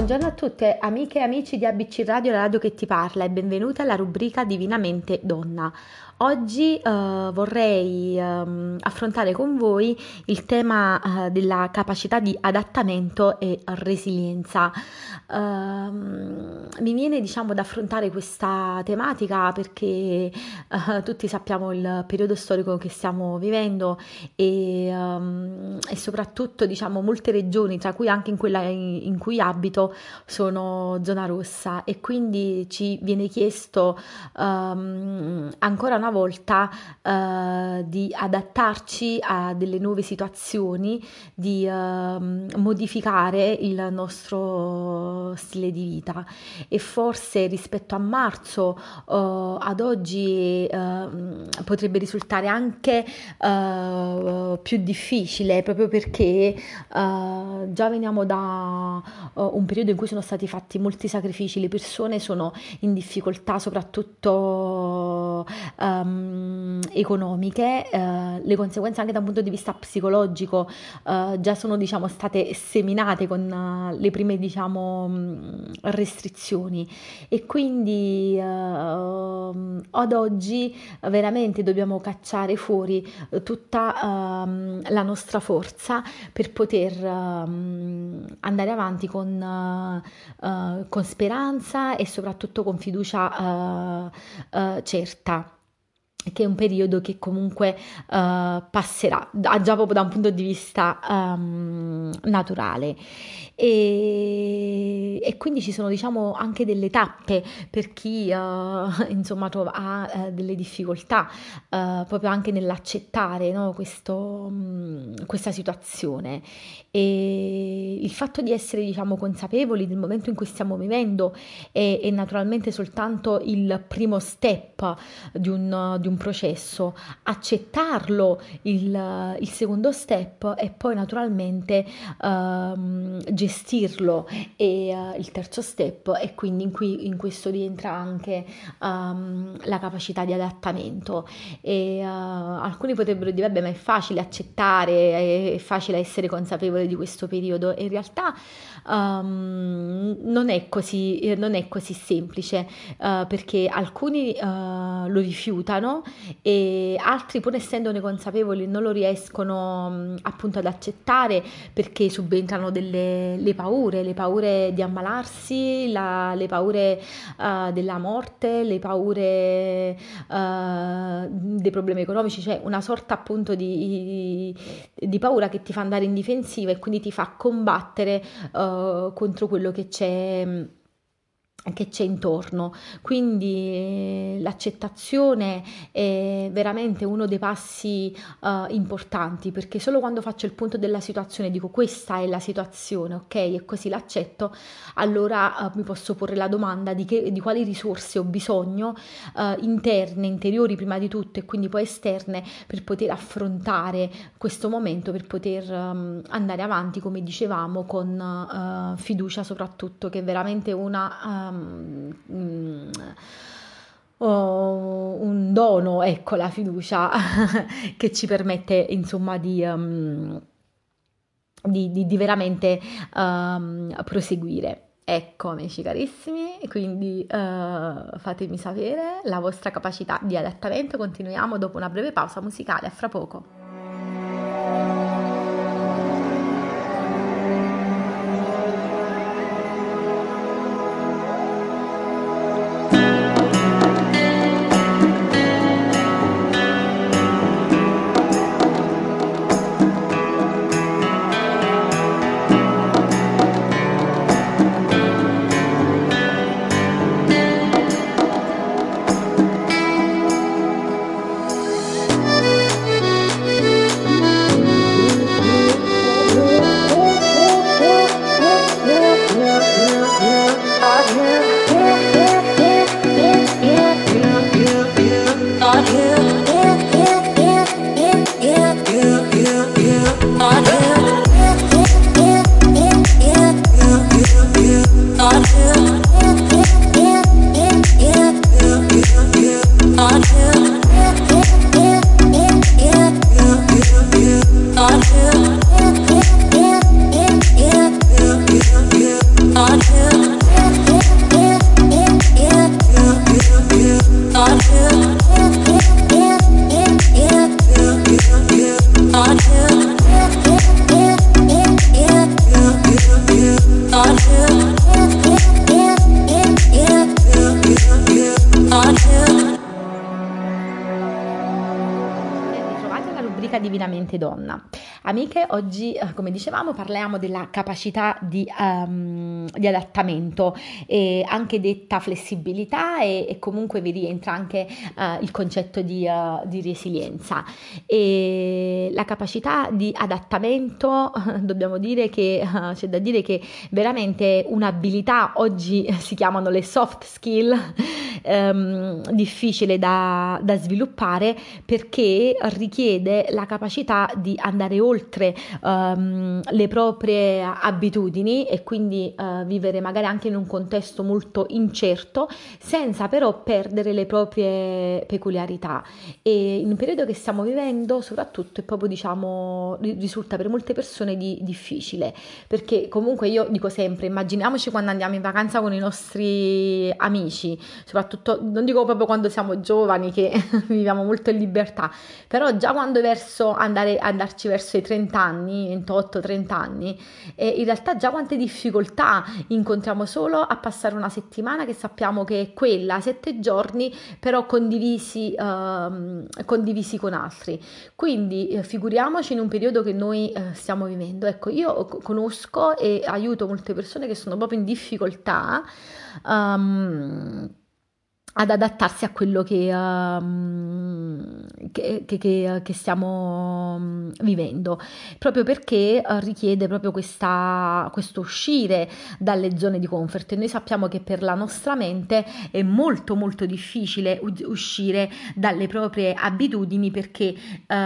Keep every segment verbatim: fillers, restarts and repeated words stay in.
Buongiorno a tutte, amiche e amici di A B C Radio, la radio che ti parla, e benvenuti alla rubrica Divinamente Donna. Oggi eh, vorrei ehm, affrontare con voi il tema eh, della capacità di adattamento e resilienza. Ehm, mi viene, diciamo, da affrontare questa tematica perché eh, tutti sappiamo il periodo storico che stiamo vivendo e, ehm, e soprattutto, diciamo, molte regioni, tra cui anche in quella in, in cui abito, sono zona rossa, e quindi ci viene chiesto ehm, ancora una volta eh, di adattarci a delle nuove situazioni, di ehm, modificare il nostro stile di vita. E forse rispetto a marzo eh, ad oggi eh, potrebbe risultare anche eh, più difficile, proprio perché eh, già veniamo da uh, un periodo in cui sono stati fatti molti sacrifici, le persone sono in difficoltà soprattutto um, economiche, uh, le conseguenze anche da un punto di vista psicologico uh, già sono, diciamo, state seminate con uh, le prime, diciamo, restrizioni, e quindi uh, ad oggi veramente dobbiamo cacciare fuori tutta um, la nostra forza per poter um, andare avanti con, uh, uh, con speranza e soprattutto con fiducia uh, uh, certa, che è un periodo che comunque uh, passerà, da- già proprio da un punto di vista um, naturale. E, e quindi ci sono, diciamo, anche delle tappe per chi uh, insomma trova, ha uh, delle difficoltà uh, proprio anche nell'accettare, no, questo, um, questa situazione. E il fatto di essere, diciamo, consapevoli del momento in cui stiamo vivendo è, è naturalmente soltanto il primo step di un, di un processo. Accettarlo il, il secondo step, e poi naturalmente ehm, gestirlo e eh, il terzo step, e quindi in, cui, in questo rientra anche ehm, la capacità di adattamento. E eh, alcuni potrebbero dire vabbè, ma è facile accettare, è facile essere consapevole di questo periodo, e in realtà um, non è così, non è così semplice, uh, perché alcuni uh, lo rifiutano e altri, pur essendone consapevoli, non lo riescono um, appunto ad accettare, perché subentrano delle le paure, le paure di ammalarsi, la, le paure uh, della morte, le paure uh, dei problemi economici, cioè una sorta appunto di, di paura che ti fa andare in difensiva e quindi ti fa combattere uh, contro quello che c'è che c'è intorno. Quindi eh, l'accettazione è veramente uno dei passi uh, importanti, perché solo quando faccio il punto della situazione, dico questa è la situazione, ok, e così l'accetto, allora uh, mi posso porre la domanda di, che, di quali risorse ho bisogno, uh, interne, interiori prima di tutto, e quindi poi esterne, per poter affrontare questo momento, per poter um, andare avanti, come dicevamo, con uh, fiducia soprattutto, che è veramente una... Um, um, oh, un dono, ecco, la fiducia che ci permette, insomma, di, um, di, di, di veramente um, proseguire. Ecco, amici carissimi, quindi uh, fatemi sapere la vostra capacità di adattamento. Continuiamo dopo una breve pausa musicale, a fra poco. Ritrovati alla rubrica Divinamente Donna. Amiche, oggi, eh, come dicevamo, parliamo della capacità di, ehm, di adattamento, e anche detta flessibilità, e, e comunque vi rientra anche eh, il concetto di, eh, di resilienza. E la capacità di adattamento, eh, dobbiamo dire che eh, c'è da dire che veramente un'abilità, oggi si chiamano le soft skill, ehm, difficile da, da sviluppare, perché richiede la capacità di andare oltre ehm, le proprie abitudini, e quindi eh, vivere magari anche in un contesto molto incerto, senza però perdere le proprie peculiarità. E in un periodo che stiamo vivendo, soprattutto, è proprio, diciamo, risulta per molte persone di, difficile, perché comunque io dico sempre, immaginiamoci quando andiamo in vacanza con i nostri amici, soprattutto, non dico proprio quando siamo giovani che viviamo molto in libertà, però già quando verso andare andarci verso i trenta anni, ventotto trenta anni, e in realtà già quante difficoltà incontriamo solo a passare una settimana che sappiamo che è quella, sette giorni però condivisi, ehm, condivisi con altri. Quindi eh, figuriamoci in un periodo che noi eh, stiamo vivendo. Ecco, io conosco e aiuto molte persone che sono proprio in difficoltà um, ad adattarsi a quello che, um, che, che, che, che stiamo um, vivendo, proprio perché uh, richiede proprio questa, questo uscire dalle zone di comfort, e noi sappiamo che per la nostra mente è molto molto difficile uscire dalle proprie abitudini, perché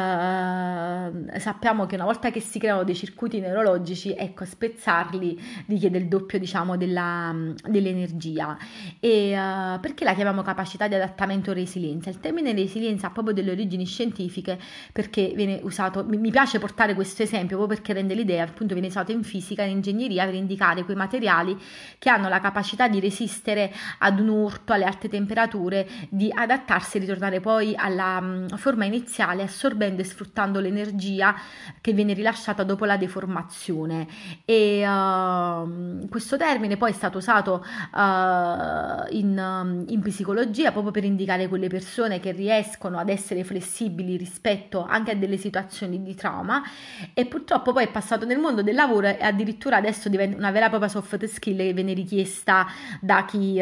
uh, sappiamo che una volta che si creano dei circuiti neurologici, ecco, spezzarli richiede il doppio, diciamo, della, dell'energia. E uh, perché la chiamiamo capacità di adattamento o resilienza? Il termine resilienza ha proprio delle origini scientifiche, perché viene usato, mi piace portare questo esempio proprio perché rende l'idea, appunto viene usato in fisica e in ingegneria per indicare quei materiali che hanno la capacità di resistere ad un urto, alle alte temperature, di adattarsi e ritornare poi alla um, forma iniziale, assorbendo e sfruttando l'energia che viene rilasciata dopo la deformazione. E uh, questo termine poi è stato usato uh, in, in psicologia, proprio per indicare quelle persone che riescono ad essere flessibili rispetto anche a delle situazioni di trauma, e purtroppo poi è passato nel mondo del lavoro, e addirittura adesso diventa una vera e propria soft skill che viene richiesta da chi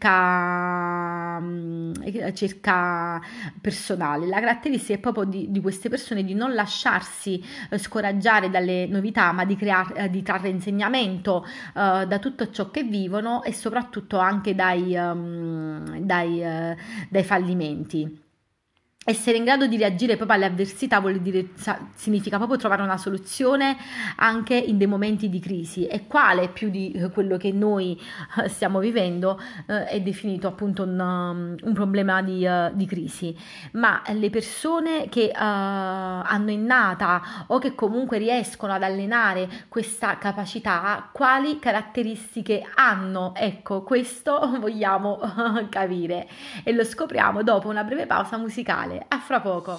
cerca, cerca personale. La caratteristica è proprio di, di queste persone di non lasciarsi scoraggiare dalle novità, ma di, creare, di trarre insegnamento uh, da tutto ciò che vivono, e soprattutto anche dai, um, dai, uh, dai fallimenti. Essere in grado di reagire proprio alle avversità vuol dire, significa proprio trovare una soluzione anche in dei momenti di crisi, e quale più di quello che noi stiamo vivendo eh, è definito appunto un, um, un problema di, uh, di crisi. Ma le persone che uh, hanno innata, o che comunque riescono ad allenare questa capacità, quali caratteristiche hanno? Ecco, questo vogliamo uh, capire, e lo scopriamo dopo una breve pausa musicale. A fra poco.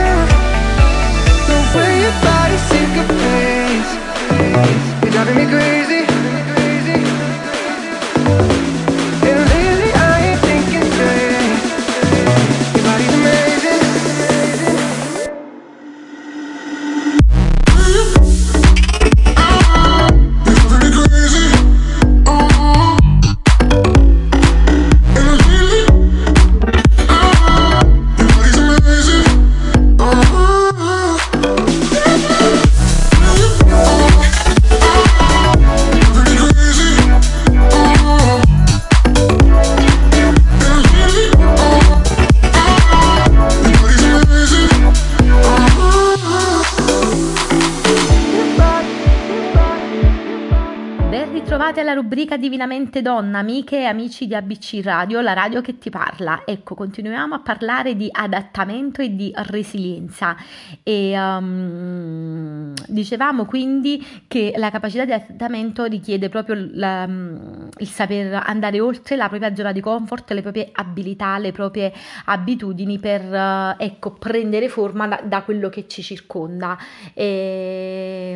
Driving me crazy. alla rubrica Divinamente Donna, amiche e amici di A B C Radio, la radio che ti parla. Ecco, continuiamo a parlare di adattamento e di resilienza e um, dicevamo quindi che la capacità di adattamento richiede proprio la, il saper andare oltre la propria zona di comfort, le proprie abilità, le proprie abitudini per uh, ecco, prendere forma da, da quello che ci circonda. E,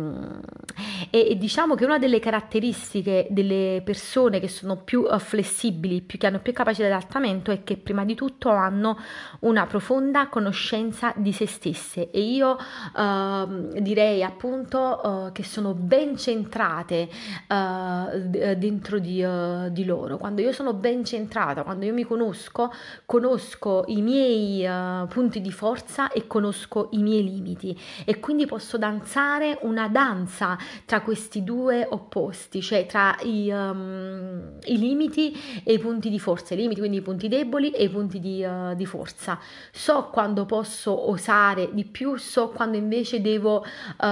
e, e diciamo che una delle caratteristiche delle persone che sono più uh, flessibili, più, che hanno più capacità di adattamento, è che prima di tutto hanno una profonda conoscenza di se stesse, e io uh, direi appunto uh, che sono ben centrate uh, d- dentro di, uh, di loro. Quando io sono ben centrata, quando io mi conosco, conosco i miei uh, punti di forza e conosco i miei limiti, e quindi posso danzare una danza tra questi due opposti, cioè tra i, um, i limiti e i punti di forza, i limiti quindi i punti deboli e i punti di, uh, di forza. So quando posso osare di più, so quando invece devo,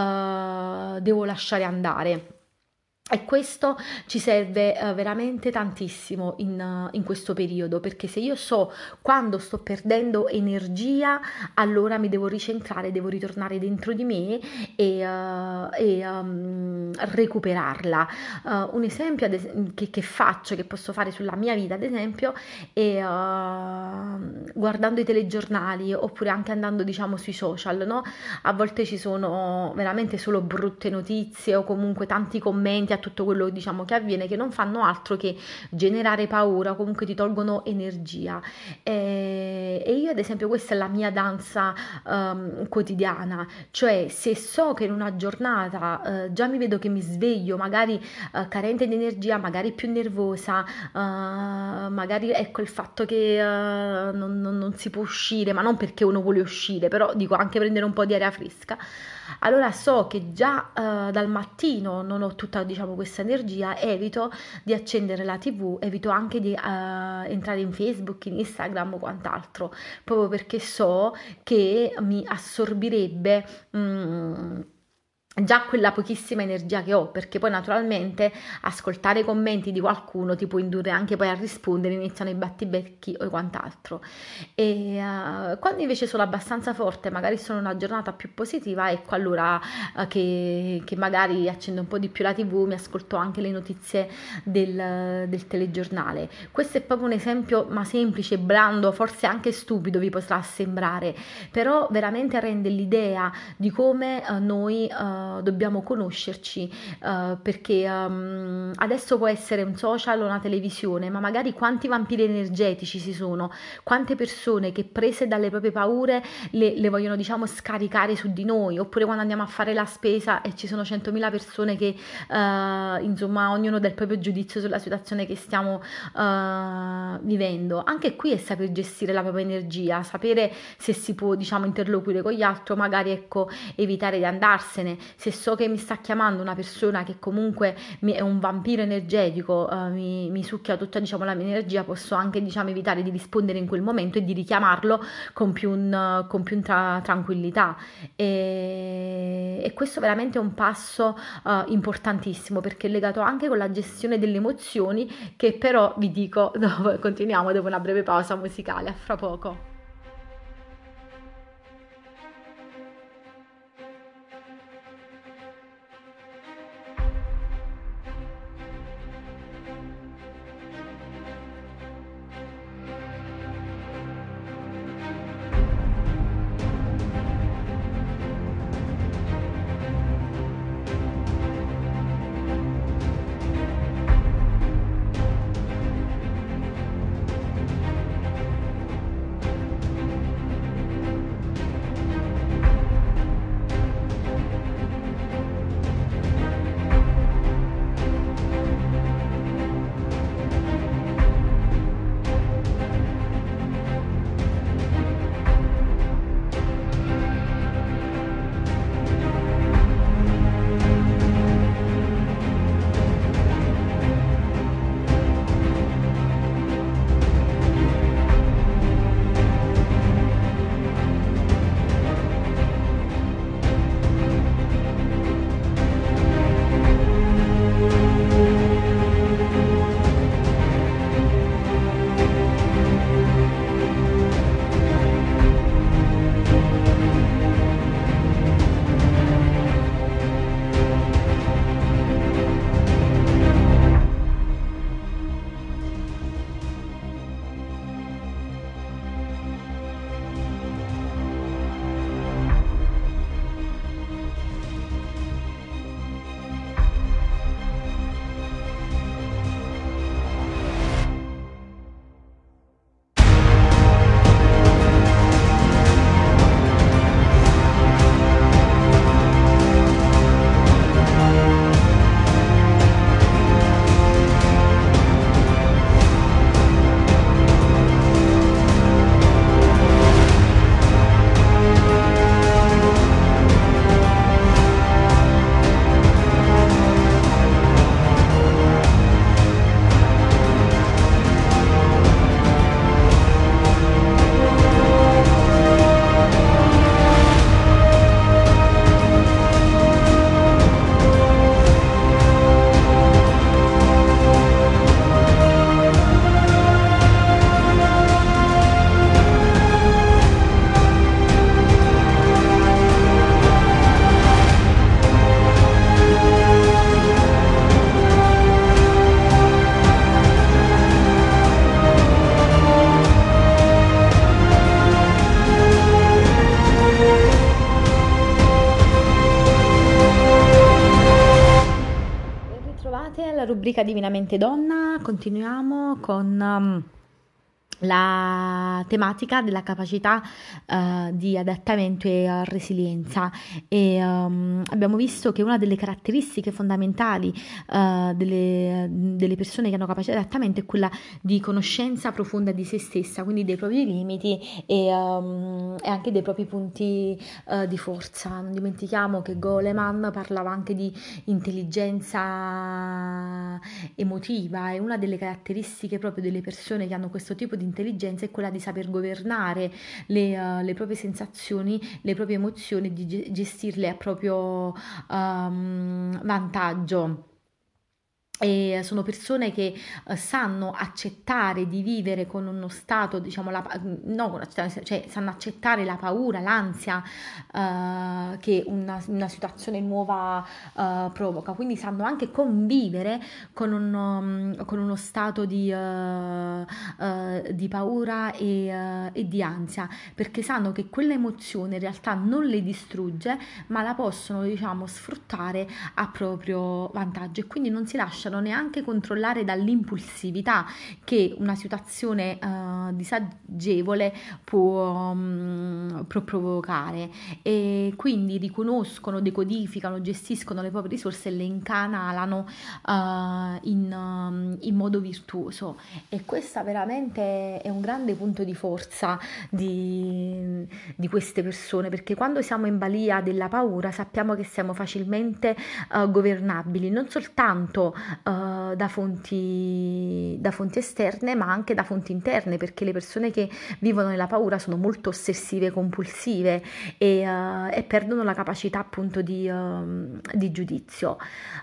uh, devo lasciare andare. E questo ci serve uh, veramente tantissimo in, uh, in questo periodo, perché se io so quando sto perdendo energia, allora mi devo ricentrare, devo ritornare dentro di me e, uh, e um, recuperarla. Uh, un esempio ad es- che, che faccio, che posso fare sulla mia vita, ad esempio, è uh, guardando i telegiornali oppure anche andando, diciamo, sui social, no? A volte ci sono veramente solo brutte notizie o comunque tanti commenti a tutto quello, diciamo, che avviene, che non fanno altro che generare paura o comunque ti tolgono energia. E, e io ad esempio questa è la mia danza um, quotidiana, cioè se so che in una giornata uh, già mi vedo che mi sveglio magari uh, carente di energia, magari più nervosa, uh, magari ecco il fatto che uh, non, non, non si può uscire, ma non perché uno vuole uscire, però dico anche prendere un po' di aria fresca, allora so che già uh, dal mattino non ho tutta, diciamo, questa energia, evito di accendere la tivù, evito anche di uh, entrare in Facebook, in Instagram o quant'altro, proprio perché so che mi assorbirebbe mm, già quella pochissima energia che ho, perché poi naturalmente ascoltare i commenti di qualcuno ti può indurre anche poi a rispondere, iniziano i battibecchi o quant'altro. E uh, quando invece sono abbastanza forte, magari sono una giornata più positiva, ecco allora uh, che, che magari accendo un po' di più la tivù, mi ascolto anche le notizie del, del telegiornale. Questo è proprio un esempio, ma semplice, blando, forse anche stupido vi potrà sembrare, però veramente rende l'idea di come uh, noi uh, dobbiamo conoscerci, uh, perché um, adesso può essere un social o una televisione, ma magari quanti vampiri energetici ci sono, quante persone che prese dalle proprie paure le, le vogliono, diciamo, scaricare su di noi, oppure quando andiamo a fare la spesa e ci sono centomila persone che uh, insomma ognuno del proprio giudizio sulla situazione che stiamo uh, vivendo. Anche qui è saper gestire la propria energia, sapere se si può, diciamo, interloquire con gli altri, magari ecco evitare di andarsene. Se so che mi sta chiamando una persona che comunque mi, è un vampiro energetico, uh, mi, mi succhia tutta, diciamo, la mia energia, posso anche, diciamo, evitare di rispondere in quel momento e di richiamarlo con più, un, con più tra, tranquillità. E, e questo veramente è un passo uh, importantissimo, perché è legato anche con la gestione delle emozioni, che però vi dico, dopo, continuiamo dopo una breve pausa musicale, a fra poco. rubrica Divinamente Donna continuiamo con um, la tematica della capacità uh, di adattamento e uh, resilienza e um, abbiamo visto che una delle caratteristiche fondamentali uh, delle, delle persone che hanno capacità di adattamento è quella di conoscenza profonda di se stessa, quindi dei propri limiti e, um, e anche dei propri punti uh, di forza. Non dimentichiamo che Goleman parlava anche di intelligenza emotiva e una delle caratteristiche proprio delle persone che hanno questo tipo di intelligenza è quella di saper governare le, uh, le proprie sensazioni, le proprie emozioni, di gestirle a proprio um, vantaggio. E sono persone che uh, sanno accettare di vivere con uno stato, diciamo, la, no, cioè sanno accettare la paura, l'ansia uh, che una, una situazione nuova uh, provoca, quindi sanno anche convivere con, un, um, con uno stato di, uh, uh, di paura e, uh, e di ansia, perché sanno che quella emozione in realtà non le distrugge, ma la possono, diciamo, sfruttare a proprio vantaggio e quindi non si lasciano neanche controllare dall'impulsività che una situazione uh, disagevole può, um, può provocare e quindi riconoscono, decodificano, gestiscono le proprie risorse e le incanalano uh, in, um, in modo virtuoso e questa veramente è un grande punto di forza di, di queste persone, perché quando siamo in balia della paura sappiamo che siamo facilmente uh, governabili, non soltanto Uh, da fonti, da fonti esterne ma anche da fonti interne, perché le persone che vivono nella paura sono molto ossessive, compulsive e, uh, e perdono la capacità appunto di, uh, di giudizio.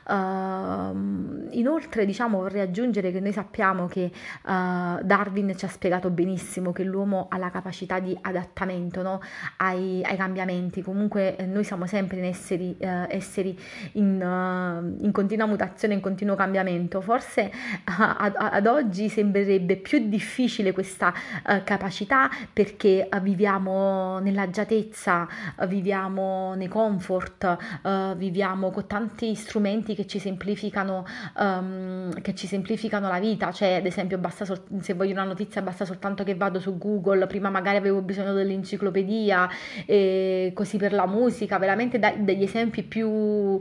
Uh, inoltre diciamo vorrei aggiungere che noi sappiamo che uh, Darwin ci ha spiegato benissimo che l'uomo ha la capacità di adattamento, no? ai, ai cambiamenti, comunque eh, noi siamo sempre in esseri, uh, esseri in, uh, in continua mutazione, in continuo cambiamento. Forse ad, ad oggi sembrerebbe più difficile questa uh, capacità perché uh, viviamo nell'agiatezza, uh, viviamo nei comfort, uh, viviamo con tanti strumenti che ci semplificano um, che ci semplificano la vita, cioè ad esempio basta sol- se voglio una notizia basta soltanto che vado su Google, prima magari avevo bisogno dell'enciclopedia e così per la musica, veramente da- degli esempi più, uh,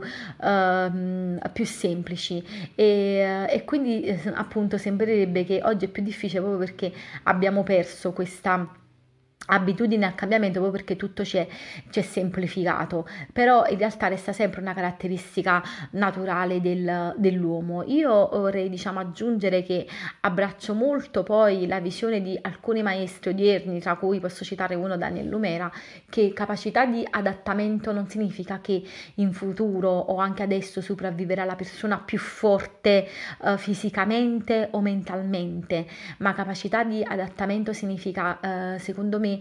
più semplici. E, e quindi eh, appunto sembrerebbe che oggi è più difficile proprio perché abbiamo perso questa abitudine al cambiamento, proprio perché tutto ci è, ci è semplificato, però in realtà resta sempre una caratteristica naturale del, dell'uomo. Io vorrei diciamo aggiungere che abbraccio molto poi la visione di alcuni maestri odierni, tra cui posso citare uno, Daniel Lumera, che capacità di adattamento non significa che in futuro o anche adesso sopravviverà la persona più forte uh, fisicamente o mentalmente, ma capacità di adattamento significa uh, secondo me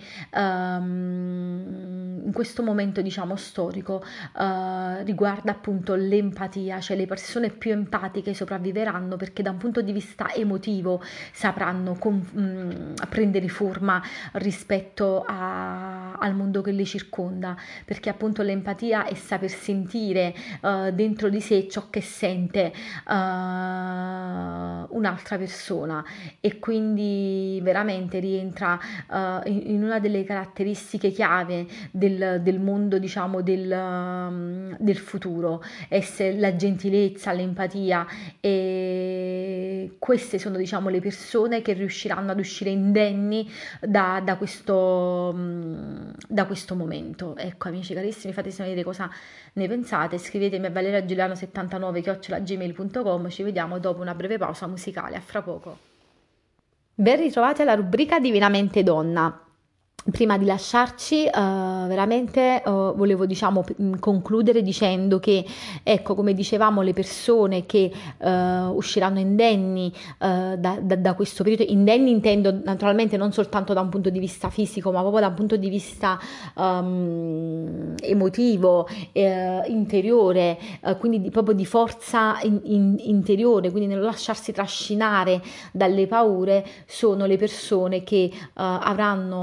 Um, in questo momento diciamo storico uh, riguarda appunto l'empatia, cioè le persone più empatiche sopravviveranno perché da un punto di vista emotivo sapranno com- um, prendere forma rispetto a, al mondo che le circonda, perché appunto l'empatia è saper sentire uh, dentro di sé ciò che sente uh, un'altra persona e quindi veramente rientra uh, in, in una delle caratteristiche chiave del, del mondo, diciamo, del, um, del futuro, essere la gentilezza, l'empatia e queste sono, diciamo, le persone che riusciranno ad uscire indenni da, da, questo, um, da questo momento. Ecco, amici carissimi, fatemi sapere cosa ne pensate, scrivetemi a valeriagiuliano settantanove chiocciola gmail punto com, ci vediamo dopo una breve pausa musicale, a fra poco. Ben ritrovati alla rubrica Divinamente Donna. Prima di lasciarci, uh, veramente uh, volevo diciamo p- concludere dicendo che, ecco, come dicevamo, le persone che uh, usciranno indenni uh, da, da, da questo periodo, indenni intendo naturalmente non soltanto da un punto di vista fisico, ma proprio da un punto di vista um, emotivo, eh, interiore, uh, quindi di, proprio di forza in, in, interiore, quindi nel lasciarsi trascinare dalle paure, sono le persone che uh, avranno, diciamo,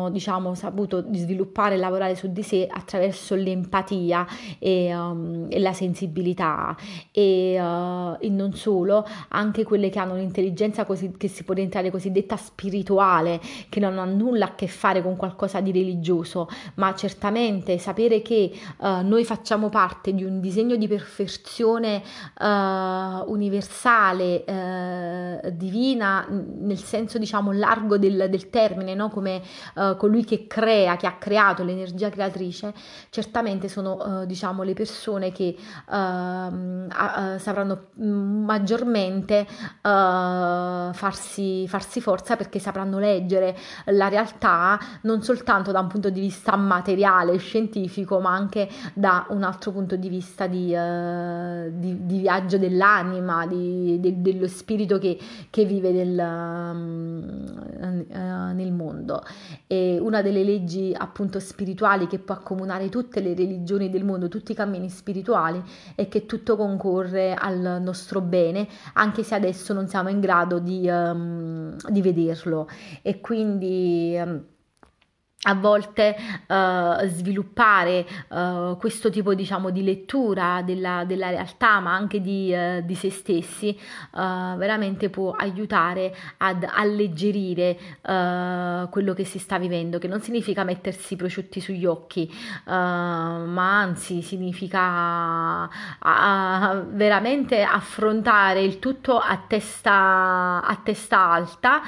abbiamo saputo sviluppare e lavorare su di sé attraverso l'empatia e, um, e la sensibilità e, uh, e non solo, anche quelle che hanno un'intelligenza così, che si può diventare cosiddetta spirituale, che non ha nulla a che fare con qualcosa di religioso, ma certamente sapere che uh, noi facciamo parte di un disegno di perfezione uh, universale, uh, divina, nel senso diciamo largo del, del termine, no? Come uh, colui che crea, che ha creato l'energia creatrice, certamente sono uh, diciamo le persone che uh, uh, sapranno maggiormente uh, farsi, farsi forza, perché sapranno leggere la realtà non soltanto da un punto di vista materiale, scientifico, ma anche da un altro punto di vista di, uh, di, di viaggio dell'anima, di, de, dello spirito che, che vive nel, uh, uh, nel mondo. E una delle leggi appunto spirituali che può accomunare tutte le religioni del mondo, tutti i cammini spirituali, è che tutto concorre al nostro bene, anche se adesso non siamo in grado di, um, di vederlo. E quindi um, a volte uh, sviluppare uh, questo tipo diciamo di lettura della, della realtà, ma anche di, uh, di se stessi, uh, veramente può aiutare ad alleggerire uh, quello che si sta vivendo, che non significa mettersi prosciutti sugli occhi, uh, ma anzi significa uh, veramente affrontare il tutto a testa, a testa alta,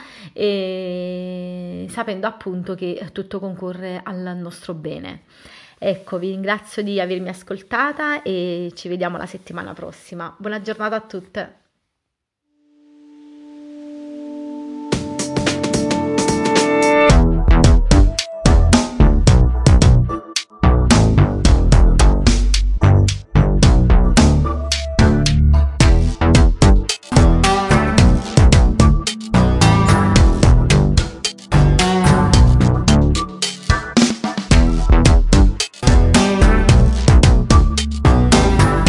e sapendo appunto che tutto concorre al nostro bene. Ecco, vi ringrazio di avermi ascoltata e ci vediamo la settimana prossima. Buona giornata a tutte.